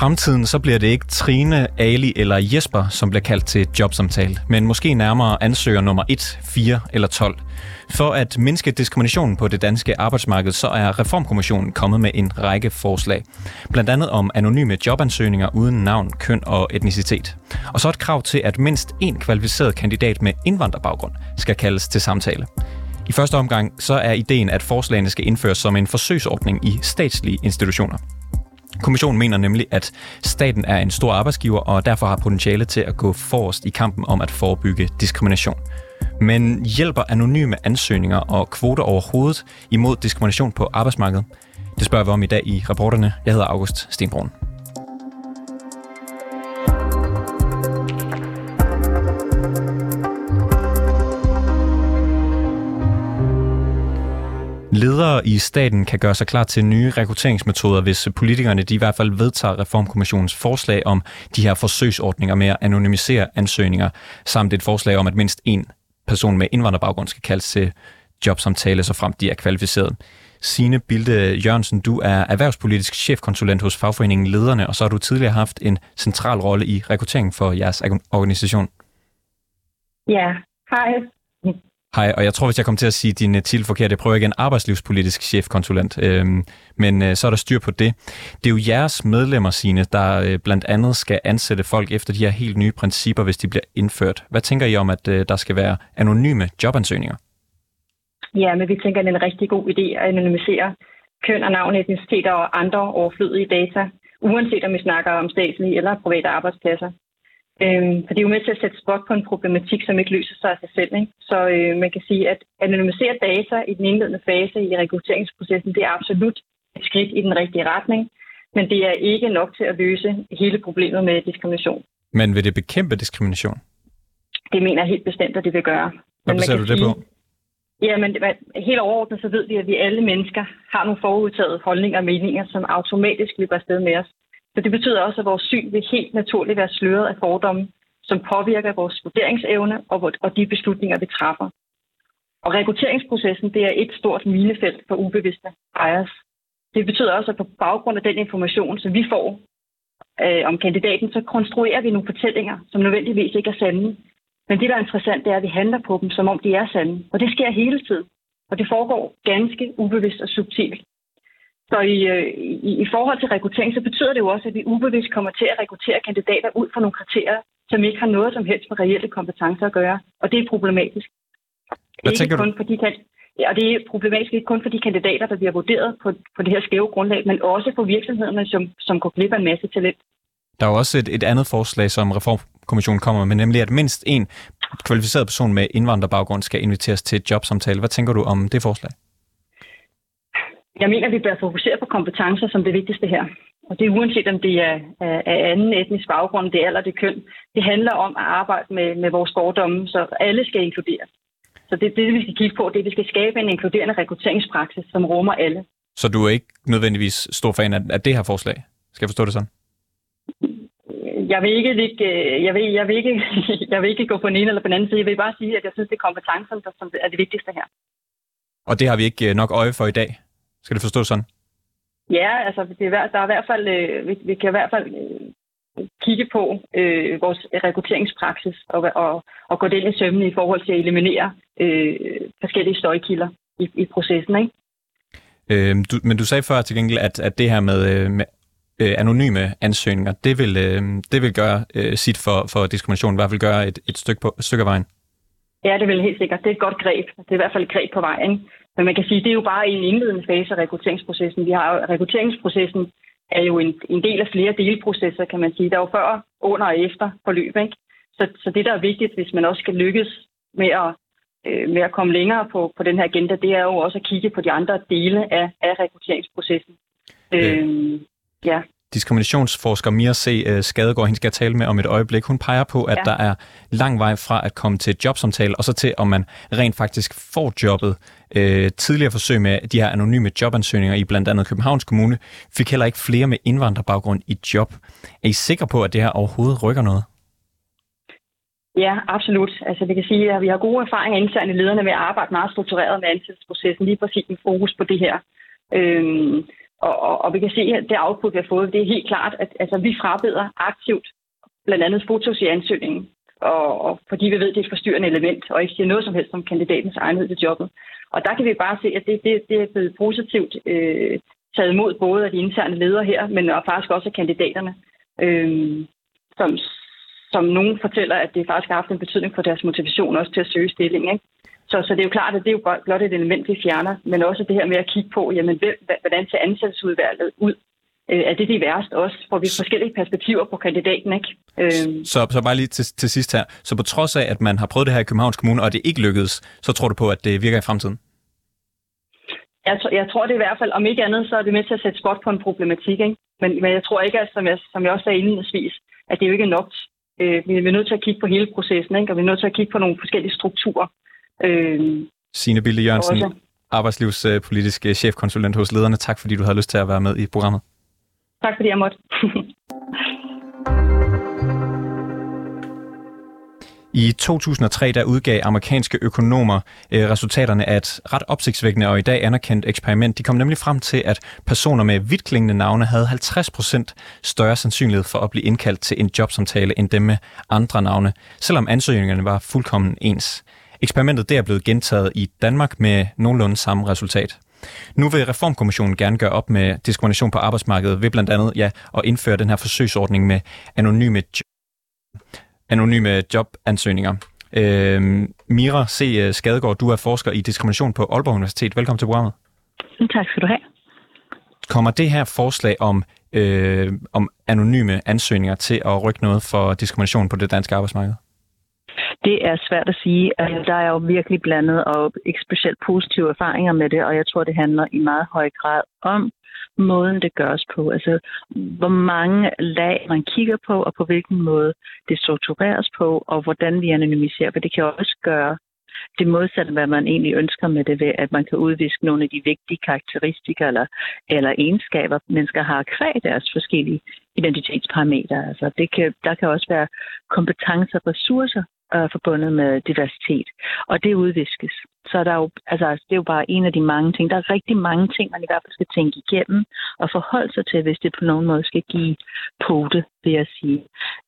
fremtiden så bliver det ikke Trine, Ali eller Jesper, som bliver kaldt til jobsamtale, men måske nærmere ansøger nummer 1, 4 eller 12. For at mindske diskriminationen på det danske arbejdsmarked, så er Reformkommissionen kommet med en række forslag. Blandt andet om anonyme jobansøgninger uden navn, køn og etnicitet. Og så et krav til, at mindst én kvalificeret kandidat med indvandrerbaggrund skal kaldes til samtale. I første omgang så er ideen, at forslagene skal indføres som en forsøgsordning i statslige institutioner. Kommissionen mener nemlig, at staten er en stor arbejdsgiver og derfor har potentiale til at gå forrest i kampen om at forebygge diskrimination. Men hjælper anonyme ansøgninger og kvoter overhovedet imod diskrimination på arbejdsmarkedet? Det spørger vi om i dag i Reporterne. Jeg hedder August Stenbrun. Ledere i staten kan gøre sig klar til nye rekrutteringsmetoder, hvis politikerne de i hvert fald vedtager Reformkommissionens forslag om de her forsøgsordninger med at anonymisere ansøgninger, samt et forslag om, at mindst én person med indvandrerbaggrund skal kaldes til jobsamtale, så frem de er kvalificeret. Signe Bilde Jørgensen, du er erhvervspolitisk chefkonsulent hos fagforeningen Lederne, og så har du tidligere haft en central rolle i rekrutteringen for jeres organisation. Ja, hej. Hej, og jeg tror, hvis jeg kommer til at sige din titel forkert, jeg prøver igen arbejdslivspolitisk chefkonsulent, men så er der styr på det. Det er jo jeres medlemmer, Signe, der blandt andet skal ansætte folk efter de her helt nye principper, hvis de bliver indført. Hvad tænker I om, at der skal være anonyme jobansøgninger? Ja, men vi tænker, at det er en rigtig god idé at anonymisere køn og navn, etnicitet og andre overflødige data, uanset om vi snakker om statslige eller private arbejdspladser. For det er jo med til at sætte spot på en problematik, som ikke løser sig af sig selv. Ikke? Så man kan sige, at anonymisere data i den indledende fase i rekrutteringsprocessen, det er absolut et skridt i den rigtige retning, men det er ikke nok til at løse hele problemet med diskrimination. Men vil det bekæmpe diskrimination? Det mener jeg helt bestemt, at det vil gøre. Hvad baserer du det på? Ja, men helt overordnet så ved vi, at vi alle mennesker har nogle forudtagede holdninger og meninger, som automatisk løber afsted med os. Så det betyder også, at vores syn vil helt naturligt være sløret af fordomme, som påvirker vores vurderingsevne og de beslutninger, vi træffer. Og rekrutteringsprocessen, det er et stort minefelt for ubevidste bias. Det betyder også, at på baggrund af den information, som vi får om kandidaten, så konstruerer vi nogle fortællinger, som nødvendigvis ikke er sande. Men det, der er interessant, det er, at vi handler på dem, som om de er sande. Og det sker hele tiden. Og det foregår ganske ubevidst og subtilt. Så i forhold til rekruttering, så betyder det jo også, at vi ubevidst kommer til at rekruttere kandidater ud fra nogle kriterier, som ikke har noget som helst med reelle kompetencer at gøre. Og det er problematisk. Hvad tænker du? Og det er problematisk ikke kun for de kandidater, der bliver vurderet på det her skæve grundlag, men også for virksomhederne, som går glip af en masse talent. Der er jo også et andet forslag, som Reformkommissionen kommer med, nemlig at mindst en kvalificeret person med indvandrerbaggrund skal inviteres til et jobsamtale. Hvad tænker du om det forslag? Jeg mener, at vi bør fokusere på kompetencer som det vigtigste her. Og det er uanset om det er anden etnisk baggrund, det er alder, det er køn. Det handler om at arbejde med vores fordomme, så alle skal inkluderes. Så det vi skal kigge på, det er, at vi skal skabe en inkluderende rekrutteringspraksis, som rummer alle. Så du er ikke nødvendigvis stor fan af det her forslag? Skal jeg forstå det sådan? Jeg vil ikke gå på den ene eller på den anden side. Jeg vil bare sige, at jeg synes, det er kompetencerne, som er det vigtigste her. Og det har vi ikke nok øje for i dag? Skal det forstås sådan? Ja, altså der er i hvert fald, vi kan i hvert fald kigge på vores rekrutteringspraksis og gå den i sømmene i forhold til at eliminere forskellige støjkilder i processen, ikke? Men du sagde før til gengæld, at det her med anonyme ansøgninger, det vil gøre sit for diskrimination, i hvert fald gøre et stykke af vejen. Ja, det vil helt sikkert. Det er et godt greb. Det er i hvert fald et greb på vejen. Men man kan sige, det er jo bare en indledende fase af rekrutteringsprocessen. Rekrutteringsprocessen er jo en del af flere delprocesser, kan man sige. Der er jo før, under og efter forløb, ikke? Så det, der er vigtigt, hvis man også skal lykkes med at komme længere på den her agenda, det er jo også at kigge på de andre dele af rekrutteringsprocessen. Ja. Diskriminationsforsker Mira C. Skadegaard, hende skal jeg tale med om et øjeblik. Hun peger på, at der er lang vej fra at komme til et jobsamtale, og så til, om man rent faktisk får jobbet. Tidligere forsøg med de her anonyme jobansøgninger i blandt andet Københavns Kommune fik heller ikke flere med indvandrerbaggrund i job. Er I sikre på, at det her overhovedet rykker noget? Ja, absolut. Altså, vi kan sige, at vi har gode erfaringer internt i lederne med at arbejde meget struktureret med ansættelsesprocessen, lige præcis med fokus på det her. Og vi kan se, at det output, vi har fået, det er helt klart, at altså, vi frabeder aktivt blandt andet fotos i ansøgningen, og fordi vi ved, at det er et forstyrrende element, og ikke siger noget som helst om kandidatens egenhed til jobbet. Og der kan vi bare se, at det er blevet positivt taget imod både af de interne ledere her, men faktisk også af kandidaterne, som nogen fortæller, at det faktisk har haft en betydning for deres motivation også til at søge stillingen. Ikke? Så det er jo klart, at det er jo blot et element, vi fjerner, men også det her med at kigge på, jamen, hvordan ser ansættelsesudvalget ud? Er det de værste også? Får vi forskellige perspektiver på kandidaten, ikke? Så bare lige til sidst her. Så på trods af, at man har prøvet det her i Københavns Kommune, og det ikke lykkedes, så tror du på, at det virker i fremtiden? Jeg tror det i hvert fald, om ikke andet, så er det med til at sætte spot på en problematik, ikke? Men jeg tror ikke, at, som jeg også sagde indledningsvis, at det jo ikke er nok. Vi er nødt til at kigge på hele processen, ikke? Og vi er nødt til at kigge på nogle forskellige strukturer. Signe Bilde Jørgensen, arbejdslivspolitisk chefkonsulent hos Lederne. Tak fordi du havde lyst til at være med i programmet. Tak fordi jeg måtte. I 2003 der udgav amerikanske økonomer resultaterne af et ret opsigtsvækkende og i dag anerkendt eksperiment. De kom nemlig frem til, at personer med vidtklingende navne havde 50% større sandsynlighed for at blive indkaldt til en jobsamtale end dem med andre navne, selvom ansøgningerne var fuldkommen ens. Eksperimentet der er blevet gentaget i Danmark med nogenlunde samme resultat. Nu vil Reformkommissionen gerne gøre op med diskrimination på arbejdsmarkedet ved blandt andet at indføre den her forsøgsordning med anonyme jobansøgninger. Mira C. Skadegaard, du er forsker i diskrimination på Aalborg Universitet. Velkommen til programmet. Tak skal du have. Kommer det her forslag om anonyme ansøgninger til at rykke noget for diskrimination på det danske arbejdsmarked? Det er svært at sige. Der er jo virkelig blandet og ikke specielt positive erfaringer med det, og jeg tror, det handler i meget høj grad om måden, det gøres på. Altså, hvor mange lag man kigger på, og på hvilken måde det struktureres på, og hvordan vi anonymiserer. For det kan også gøre det modsatte, hvad man egentlig ønsker med det, ved at man kan udviske nogle af de vigtige karakteristika eller egenskaber, mennesker har kvæg deres forskellige identitetsparametre. Altså, der kan også være kompetencer og ressourcer forbundet med diversitet, og det udviskes. Så der er jo, det er jo bare en af de mange ting. Der er rigtig mange ting, man i hvert fald skal tænke igennem og forholde sig til, hvis det på nogen måde skal give pote, vil jeg sige.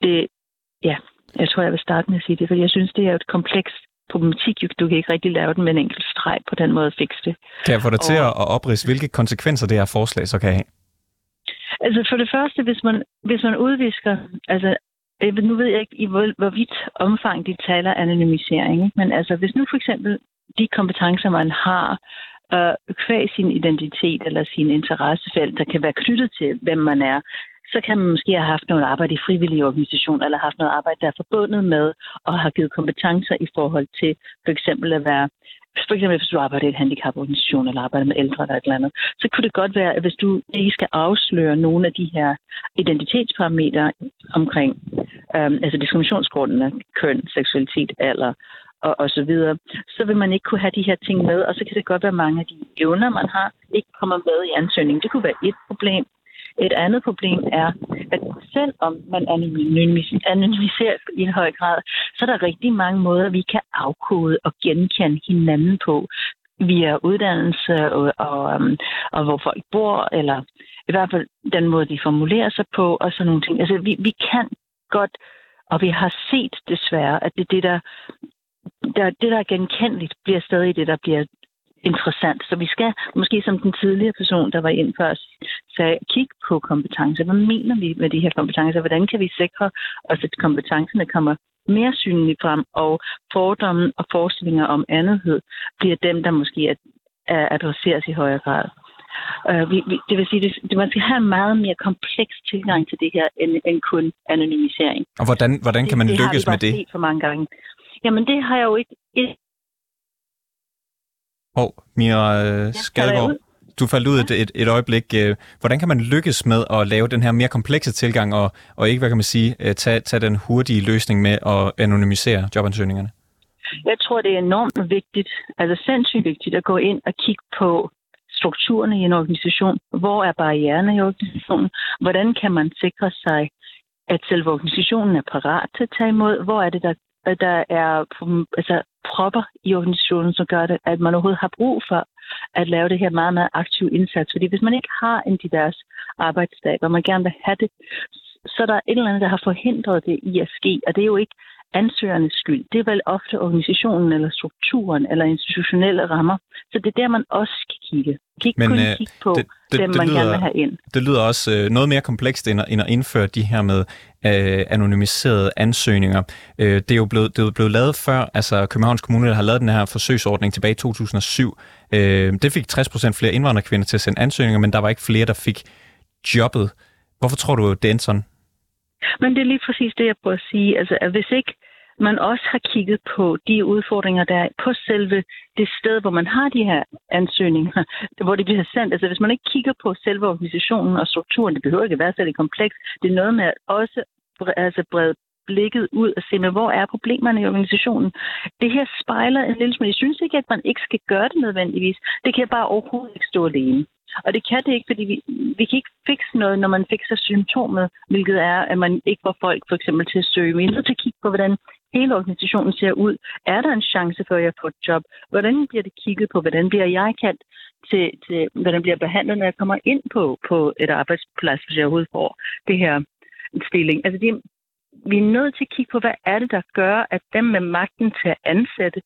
Jeg tror, jeg vil starte med at sige det, for jeg synes, det er et komplekst problematik. Du kan ikke rigtig lave den med en enkelt streg på den måde at fikse det. Kan jeg få dig til at opridse, hvilke konsekvenser det her forslag så kan have? Altså for det første, hvis man udvisker, nu ved jeg ikke, i hvorvidt omfang de taler anonymisering, ikke? Men altså, hvis nu for eksempel de kompetencer, man har, kvæg sin identitet eller sin interessefelt, der kan være knyttet til, hvem man er, så kan man måske have haft noget arbejde i frivillige organisationer, eller haft noget arbejde, der er forbundet med, og har givet kompetencer i forhold til for eksempel at være, hvis du arbejder i et handicaporganisation, eller arbejder med ældre eller et eller andet, så kunne det godt være, at hvis du ikke skal afsløre nogle af de her identitetsparametre omkring diskriminationsgrundene, køn, seksualitet, alder og så videre, så vil man ikke kunne have de her ting med, og så kan det godt være, mange af de evner, man har, ikke kommer med i ansøgningen. Det kunne være et problem. Et andet problem er, at selvom man anonymiserer i en høj grad, så er der rigtig mange måder, vi kan afkode og genkende hinanden på via uddannelse og hvor folk bor, eller i hvert fald den måde, de formulerer sig på, og sådan nogle ting. Altså, vi kan godt, og vi har set desværre, at det der er genkendeligt, bliver stadig det, der bliver interessant. Så vi skal måske som den tidligere person, der var inde for os, kigge på kompetencer. Hvad mener vi med de her kompetencer? Hvordan kan vi sikre os, at kompetencerne kommer mere synligt frem, og fordomme og forestillinger om andethed bliver dem, der måske adresseres i højere grad. Det vil sige, at man skal have en meget mere kompleks tilgang til det her, end kun anonymisering. Og hvordan kan man lykkes med det? Det har vi bare set for mange gange. Jamen, det har jeg jo ikke... Mira Skadegaard, du faldt ud et øjeblik. Hvordan kan man lykkes med at lave den her mere komplekse tilgang, og ikke, hvad kan man sige, tage den hurtige løsning med at anonymisere jobansøgningerne? Jeg tror, det er enormt vigtigt, altså sindssygt vigtigt, at gå ind og kigge på strukturerne i en organisation. Hvor er barriererne i organisationen? Hvordan kan man sikre sig, at selve organisationen er parat til at tage imod? Hvor er det, der er propper i organisationen, som gør det, at man overhovedet har brug for at lave det her meget, meget aktive indsats. Fordi hvis man ikke har en divers arbejdsdag, og man gerne vil have det, så er der et eller andet, der har forhindret det i at ske, og det er jo ikke ansøgernes skyld. Det er vel ofte organisationen eller strukturen eller institutionelle rammer. Så det er der, man også skal kigge. Ikke kun kigge på dem, man gerne vil have ind. Det lyder også noget mere komplekst end at indføre de her med anonymiserede ansøgninger. Det er jo blevet lavet før, altså Københavns Kommune, der har lavet den her forsøgsordning tilbage i 2007. Det fik 60% flere indvandrerkvinder til at sende ansøgninger, men der var ikke flere, der fik jobbet. Hvorfor tror du, det endte sådan? Men det er lige præcis det, jeg prøver at sige. Altså, at hvis ikke man også har kigget på de udfordringer, der er på selve det sted, hvor man har de her ansøgninger, hvor det bliver sendt. Altså, hvis man ikke kigger på selve organisationen og strukturen, det behøver ikke at være særlig komplekst. Det er noget med at også brede blikket ud og se, med hvor er problemerne i organisationen. Det her spejler en lille smule. Jeg synes ikke, at man ikke skal gøre det nødvendigvis. Det kan bare overhovedet ikke stå alene. Og det kan det ikke, fordi vi kan ikke fikse noget, når man fikser symptomet, hvilket er, at man ikke får folk for eksempel til at søge. Vi er nødt til at kigge på, hvordan hele organisationen ser ud. Er der en chance for, at jeg får et job? Hvordan bliver det kigget på? Hvordan bliver jeg kaldt til hvordan bliver behandlet, når jeg kommer ind på et arbejdsplads, hvis jeg overhovedet får det her stilling? Altså, vi er nødt til at kigge på, hvad er det, der gør, at dem med magten til at ansætte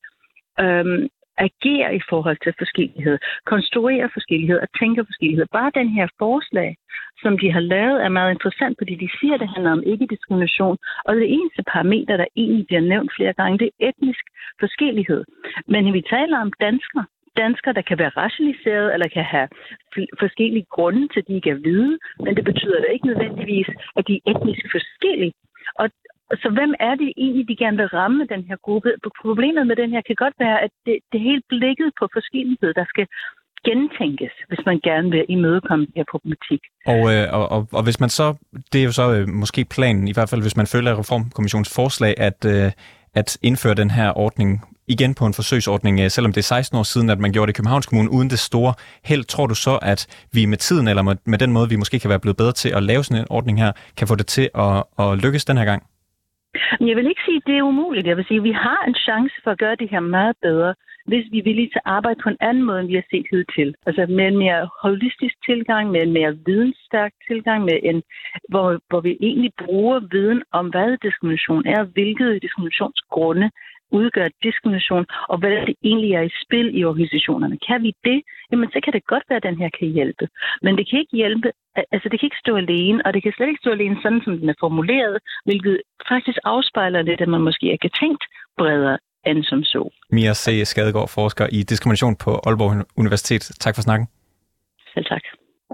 agerer i forhold til forskellighed, konstruerer forskellighed og tænker forskellighed. Bare den her forslag, som de har lavet, er meget interessant, fordi de siger, at det handler om ikke-diskrimination. Og det eneste parameter, der egentlig bliver nævnt flere gange, det er etnisk forskellighed. Men vi taler om danskere, der kan være racialiseret eller kan have forskellige grunde til, at de ikke er hvide, men det betyder da ikke nødvendigvis, at de er etnisk forskellige. Og så hvem er det egentlig, de gerne vil ramme den her gruppe? Problemet med den her kan godt være, at det er helt blikket på forskellighed, der skal gentænkes, hvis man gerne vil imødekomme den her problematik. Og hvis man så, det er jo så måske planen, i hvert fald hvis man følger Reformkommissionens forslag, at indføre den her ordning igen på en forsøgsordning, selvom det er 16 år siden, at man gjorde det i Københavns Kommune uden det store held. Tror du så, at vi med tiden, eller med den måde, vi måske kan være blevet bedre til at lave sådan en ordning her, kan få det til at lykkes den her gang? Jeg vil ikke sige, at det er umuligt. Jeg vil sige, at vi har en chance for at gøre det her meget bedre, hvis vi er villige til at arbejde på en anden måde, end vi har set hidtil. Altså med en mere holistisk tilgang, med en mere vidensstærk tilgang, hvor vi egentlig bruger viden om, hvad diskrimination er, hvilke diskriminationsgrunde udgør diskrimination, og hvad det egentlig er i spil i organisationerne. Kan vi det? Jamen, så kan det godt være, at den her kan hjælpe. Men det kan ikke hjælpe, altså det kan ikke stå alene, og det kan slet ikke stå alene sådan, som den er formuleret, hvilket faktisk afspejler lidt, at man måske ikke har tænkt bredere end som så. Mia C. Skadegaard, forsker i diskrimination på Aalborg Universitet. Tak for snakken. Selv tak.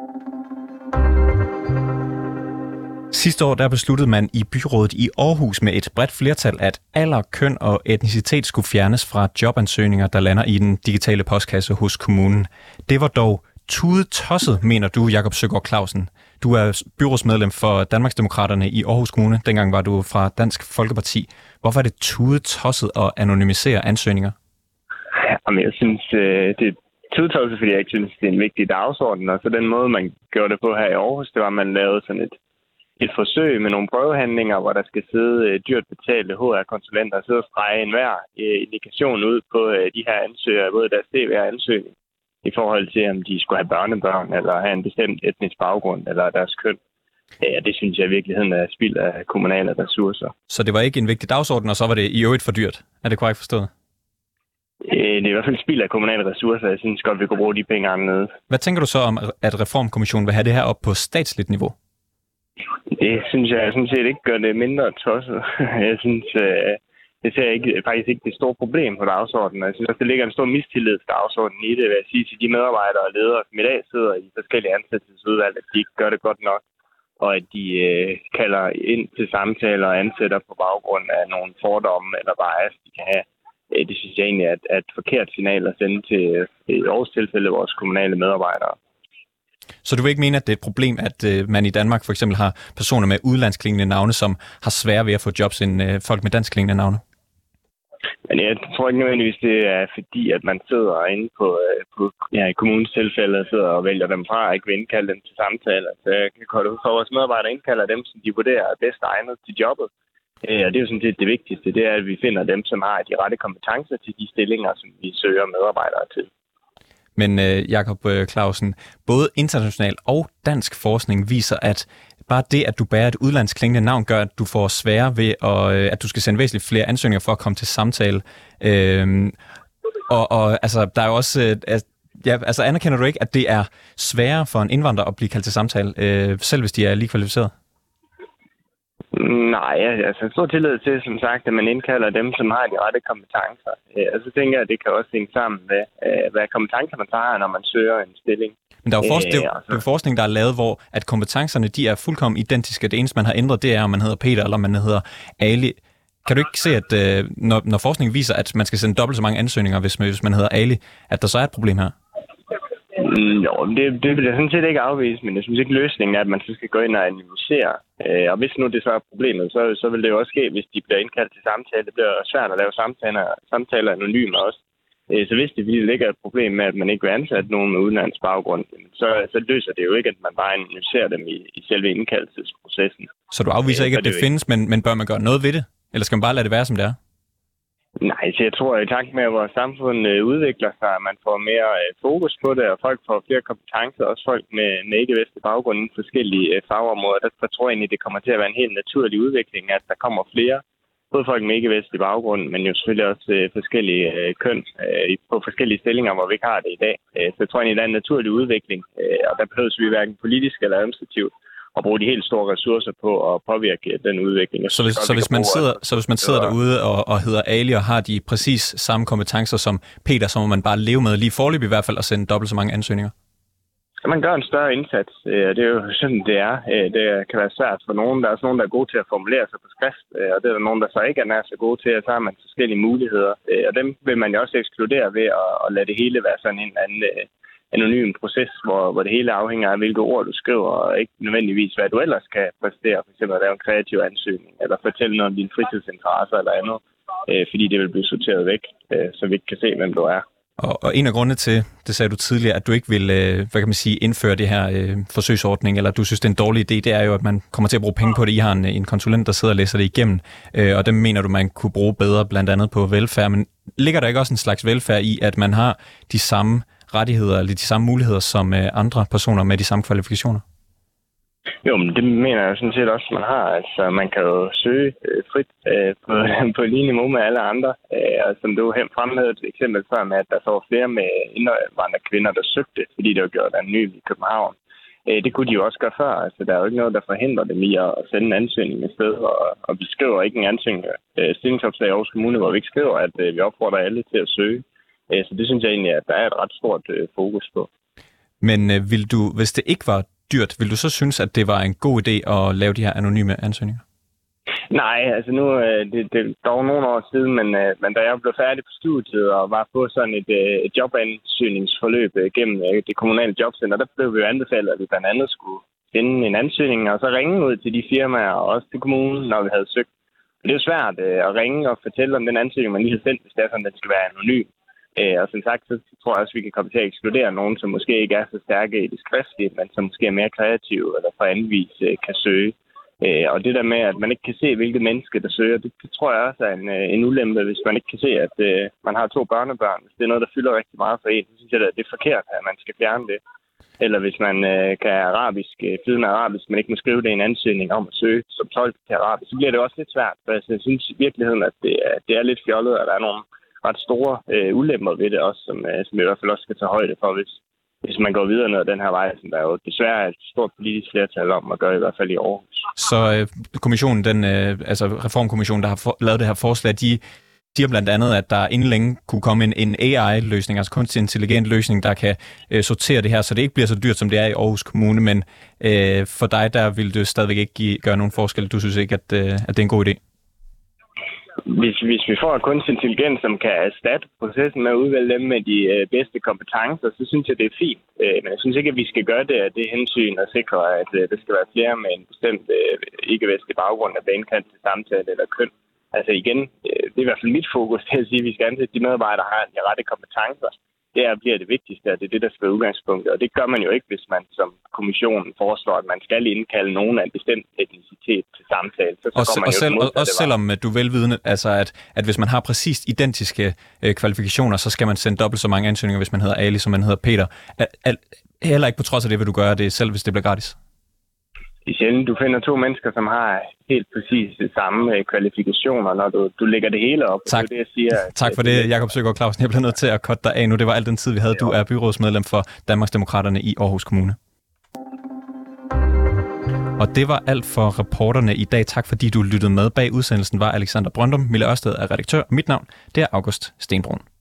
Sidste år der besluttede man i byrådet i Aarhus med et bredt flertal, at alder, køn og etnicitet skulle fjernes fra jobansøgninger, der lander i den digitale postkasse hos kommunen. Det var dog tudetosset, mener du, Jakob Søgaard Clausen. Du er byrådsmedlem for Danmarksdemokraterne i Aarhus Kommune. Dengang var du fra Dansk Folkeparti. Hvorfor er det tudetosset at anonymisere ansøgninger? Jamen, jeg synes, det er tudetosset, fordi jeg ikke synes, det er en vigtig dagsorden. Og så den måde, man gjorde det på her i Aarhus, det var, at man lavede sådan et forsøg med nogle prøvehandlinger, hvor der skal sidde dyrt betalte HR-konsulenter og sidde og strege enhver indikation ud på de her ansøgere, både deres CV og ansøgning, i forhold til, om de skulle have børnebørn, eller have en bestemt etnisk baggrund, eller deres køn. Ja, det synes jeg i virkeligheden er spild af kommunale ressourcer. Så det var ikke en vigtig dagsorden, og så var det i øvrigt for dyrt? Er det korrekt forstået? Det er i hvert fald spild af kommunale ressourcer. Jeg synes godt, vi kunne bruge de penge anderledes. Hvad tænker du så om, at Reformkommissionen vil have det her op på statsligt niveau? Det synes jeg sådan set ikke gør det mindre tosset. Jeg synes, det ser faktisk ikke det store problem på dagsordenen. Jeg synes også, det ligger en stor mistillid til dagsordenen i det, vil jeg sige til de medarbejdere og ledere, som i dag sidder i forskellige ansættelsesudvalg, at de ikke gør det godt nok, og at de kalder ind til samtaler og ansætter på baggrund af nogle fordomme eller bias, de kan have. Det synes jeg egentlig er et forkert signal at sende til i vores tilfælde vores kommunale medarbejdere. Så du vil ikke mene, at det er et problem, at man i Danmark for eksempel har personer med udlandsklingende navne, som har svære ved at få jobs end folk med danskklingende navne? Men jeg tror ikke nødvendigvis, det er fordi, at man sidder inde på i kommunens tilfælde og sidder og vælger dem fra og ikke vil indkalde dem til samtaler. Så jeg kan godt ud for, at vores medarbejdere indkalder dem, som de vurderer er bedst egnet til jobbet. Og det er jo sådan set det vigtigste, det er, at vi finder dem, som har de rette kompetencer til de stillinger, som vi søger medarbejdere til. Men Jakob Clausen, både international og dansk forskning viser, at bare det, at du bærer et udlandsklingende navn, gør, at du får sværere ved, at du skal sende væsentligt flere ansøgninger for at komme til samtale. Og altså, der er jo også... altså, anerkender du ikke, at det er sværere for en indvandrer at blive kaldt til samtale, selv hvis de er lige kvalificeret? Nej, altså stor tillid til, som sagt, at man indkalder dem, som har de rette kompetencer. Og så tænker jeg, at det kan også hænge sammen med, hvad kompetencer man tager, når man søger en stilling. Men der er jo forskning, der er lavet, hvor at kompetencerne de er fuldkommen identiske. Det eneste, man har ændret, det er, om man hedder Peter eller man hedder Ali. Kan du ikke se, at når forskningen viser, at man skal sende dobbelt så mange ansøgninger, hvis man hedder Ali, at der så er et problem her? Jo, det vil jeg sådan set ikke afvise, men jeg synes ikke løsningen er, at man så skal gå ind og analysere. Og hvis nu det så er problemet, så vil det jo også ske, hvis de bliver indkaldt til samtale. Det bliver svært at lave samtaler anonyme også. Så hvis det ligger et problem med, at man ikke vil ansætte nogen med udenlandsk baggrund, så løser det jo ikke, at man bare analyserer dem i selve indkaldelsesprocessen. Så du afviser ikke, at det findes, men bør man gøre noget ved det? Eller skal man bare lade det være, som det er? Nej, så jeg tror, i takt med, at vores samfund udvikler sig, at man får mere fokus på det, og folk får flere kompetencer, også folk med ikke-vestlig baggrund i forskellige fagområder. Der tror jeg egentlig, det kommer til at være en helt naturlig udvikling, at der kommer flere, både folk med ikke-vestlig baggrund, men jo selvfølgelig også forskellige køn på forskellige stillinger, hvor vi ikke har det i dag. Så jeg tror egentlig, det er en naturlig udvikling, og der behøves vi hverken politisk eller administrativt og bruge de helt store ressourcer på at påvirke den udvikling. Så hvis man sidder derude og hedder Ali og har de præcis samme kompetencer som Peter, så må man bare leve med lige forløb i hvert fald at sende dobbelt så mange ansøgninger? Man gør en større indsats, og det er jo sådan, det er. Det kan være svært for nogen. Der er også nogen, der er gode til at formulere sig på skrift, og det er der nogen, der så ikke er nær så gode til, at så har man forskellige muligheder. Og dem vil man jo også ekskludere ved at lade det hele være sådan en anden anonym proces, hvor det hele afhænger af, hvilke ord du skriver, og ikke nødvendigvis, hvad du ellers kan præstere. For eksempel at lave en kreativ ansøgning, eller fortælle noget om dine fritidsinteresser eller andet, fordi det vil blive sorteret væk, så vi ikke kan se, hvem du er. Og en af grundene til, det sagde du tidligere, at du ikke vil indføre det her forsøgsordning, eller du synes, det er en dårlig idé, det er jo, at man kommer til at bruge penge på det. I har en konsulent, der sidder og læser det igennem, og dem mener du, man kunne bruge bedre, blandt andet på velfærd. Men ligger der ikke også en slags velfærd i, at man har de samme rettigheder, eller de samme muligheder som andre personer med de samme kvalifikationer? Jo, men det mener jeg sådan set også, man har. Altså, man kan jo søge frit på lige niveau med alle andre. Og som du fremhævede et eksempel før med, at der så var flere med indvandrerkvinder, der søgte, fordi det var gjort anonymt i København. Det kunne de jo også gøre før. Altså, der er jo ikke noget, der forhindrer dem i at sende en ansøgning i stedet. Og vi skriver ikke en ansøgning stillingsopslag i Aarhus Kommune, hvor vi ikke skriver, at vi opfordrer alle til at søge. Så det synes jeg egentlig, at der er et ret stort fokus på. Men hvis det ikke var dyrt, vil du så synes, at det var en god idé at lave de her anonyme ansøgninger? Nej, altså nu, det dog nogle år siden, men da jeg blev færdig på studiet og var på sådan et jobansøgningsforløb gennem det kommunale jobcenter, der blev vi jo anbefalet, at vi blandt andet skulle finde en ansøgning og så ringe ud til de firmaer og også til kommunen, når vi havde søgt. Det er jo svært at ringe og fortælle om den ansøgning, man lige har sendt, hvis det er sådan, at den skal være anonym. Og som sagt, så tror jeg også, at vi kan komme til at ekskludere nogen, som måske ikke er så stærke i det skriftlige, men som måske er mere kreative eller på anden vis kan søge. Og det der med, at man ikke kan se, hvilke mennesker der søger, det tror jeg også er en ulempe, hvis man ikke kan se, at man har 2 børnebørn. Hvis det er noget, der fylder rigtig meget for en, så synes jeg, at det er forkert, at man skal fjerne det. Eller hvis man kan flydende arabisk, men ikke må skrive det i en ansøgning om at søge som tolk til arabisk, så bliver det også lidt svært. For jeg synes i virkeligheden, at det er lidt fjollet, at der er nogle ret store ulemper ved det også, som i hvert fald også skal tage højde for, hvis man går videre ned ad den her vej, som der er jo desværre er et stort politisk flertal om at gøre, i hvert fald i Aarhus. Så kommissionen, reformkommissionen, der har lavet det her forslag, de siger blandt andet, at der inden længe kunne komme en AI-løsning, altså kunstig intelligent løsning, der kan sortere det her, så det ikke bliver så dyrt, som det er i Aarhus Kommune, men for dig, der vil det stadigvæk ikke gøre nogen forskel. Du synes ikke, at det er en god idé? Hvis vi får kunstig intelligens, som kan erstatte processen med at udvælge dem med de bedste kompetencer, så synes jeg, det er fint. Men jeg synes ikke, at vi skal gøre det af det hensyn og sikre, at der skal være flere med en bestemt ikke-vestlig baggrund, der bliver indkaldt til samtale eller køn. Altså igen, det er i hvert fald mit fokus til at sige, at vi skal ansætte de medarbejdere, der har de rette kompetencer. bliver det vigtigste, og det er det, der skal være udgangspunktet. Og det gør man jo ikke, hvis man som kommissionen foreslår, at man skal indkalde nogen af en bestemt etnicitet til samtale. Så går man også selvom du velvidende, altså at hvis man har præcis identiske kvalifikationer, så skal man sende dobbelt så mange ansøgninger, hvis man hedder Ali, som man hedder Peter. Heller ikke på trods af det, vil du gøre det selv, hvis det bliver gratis? Det er sjældent, du finder to mennesker, som har helt præcis de samme kvalifikationer, når du lægger det hele op. Tak. Det er det, jeg siger. Tak for det, Jakob Søgaard Clausen. Jeg bliver nødt til at cutte dig af nu. Det var al den tid, vi havde. Du er byrådsmedlem for Danmarksdemokraterne i Aarhus Kommune. Og det var alt for reporterne i dag. Tak fordi du lyttede med. Bag udsendelsen var Alexander Brøndum. Mille Ørsted er redaktør. Mit navn, det er August Stenbrun.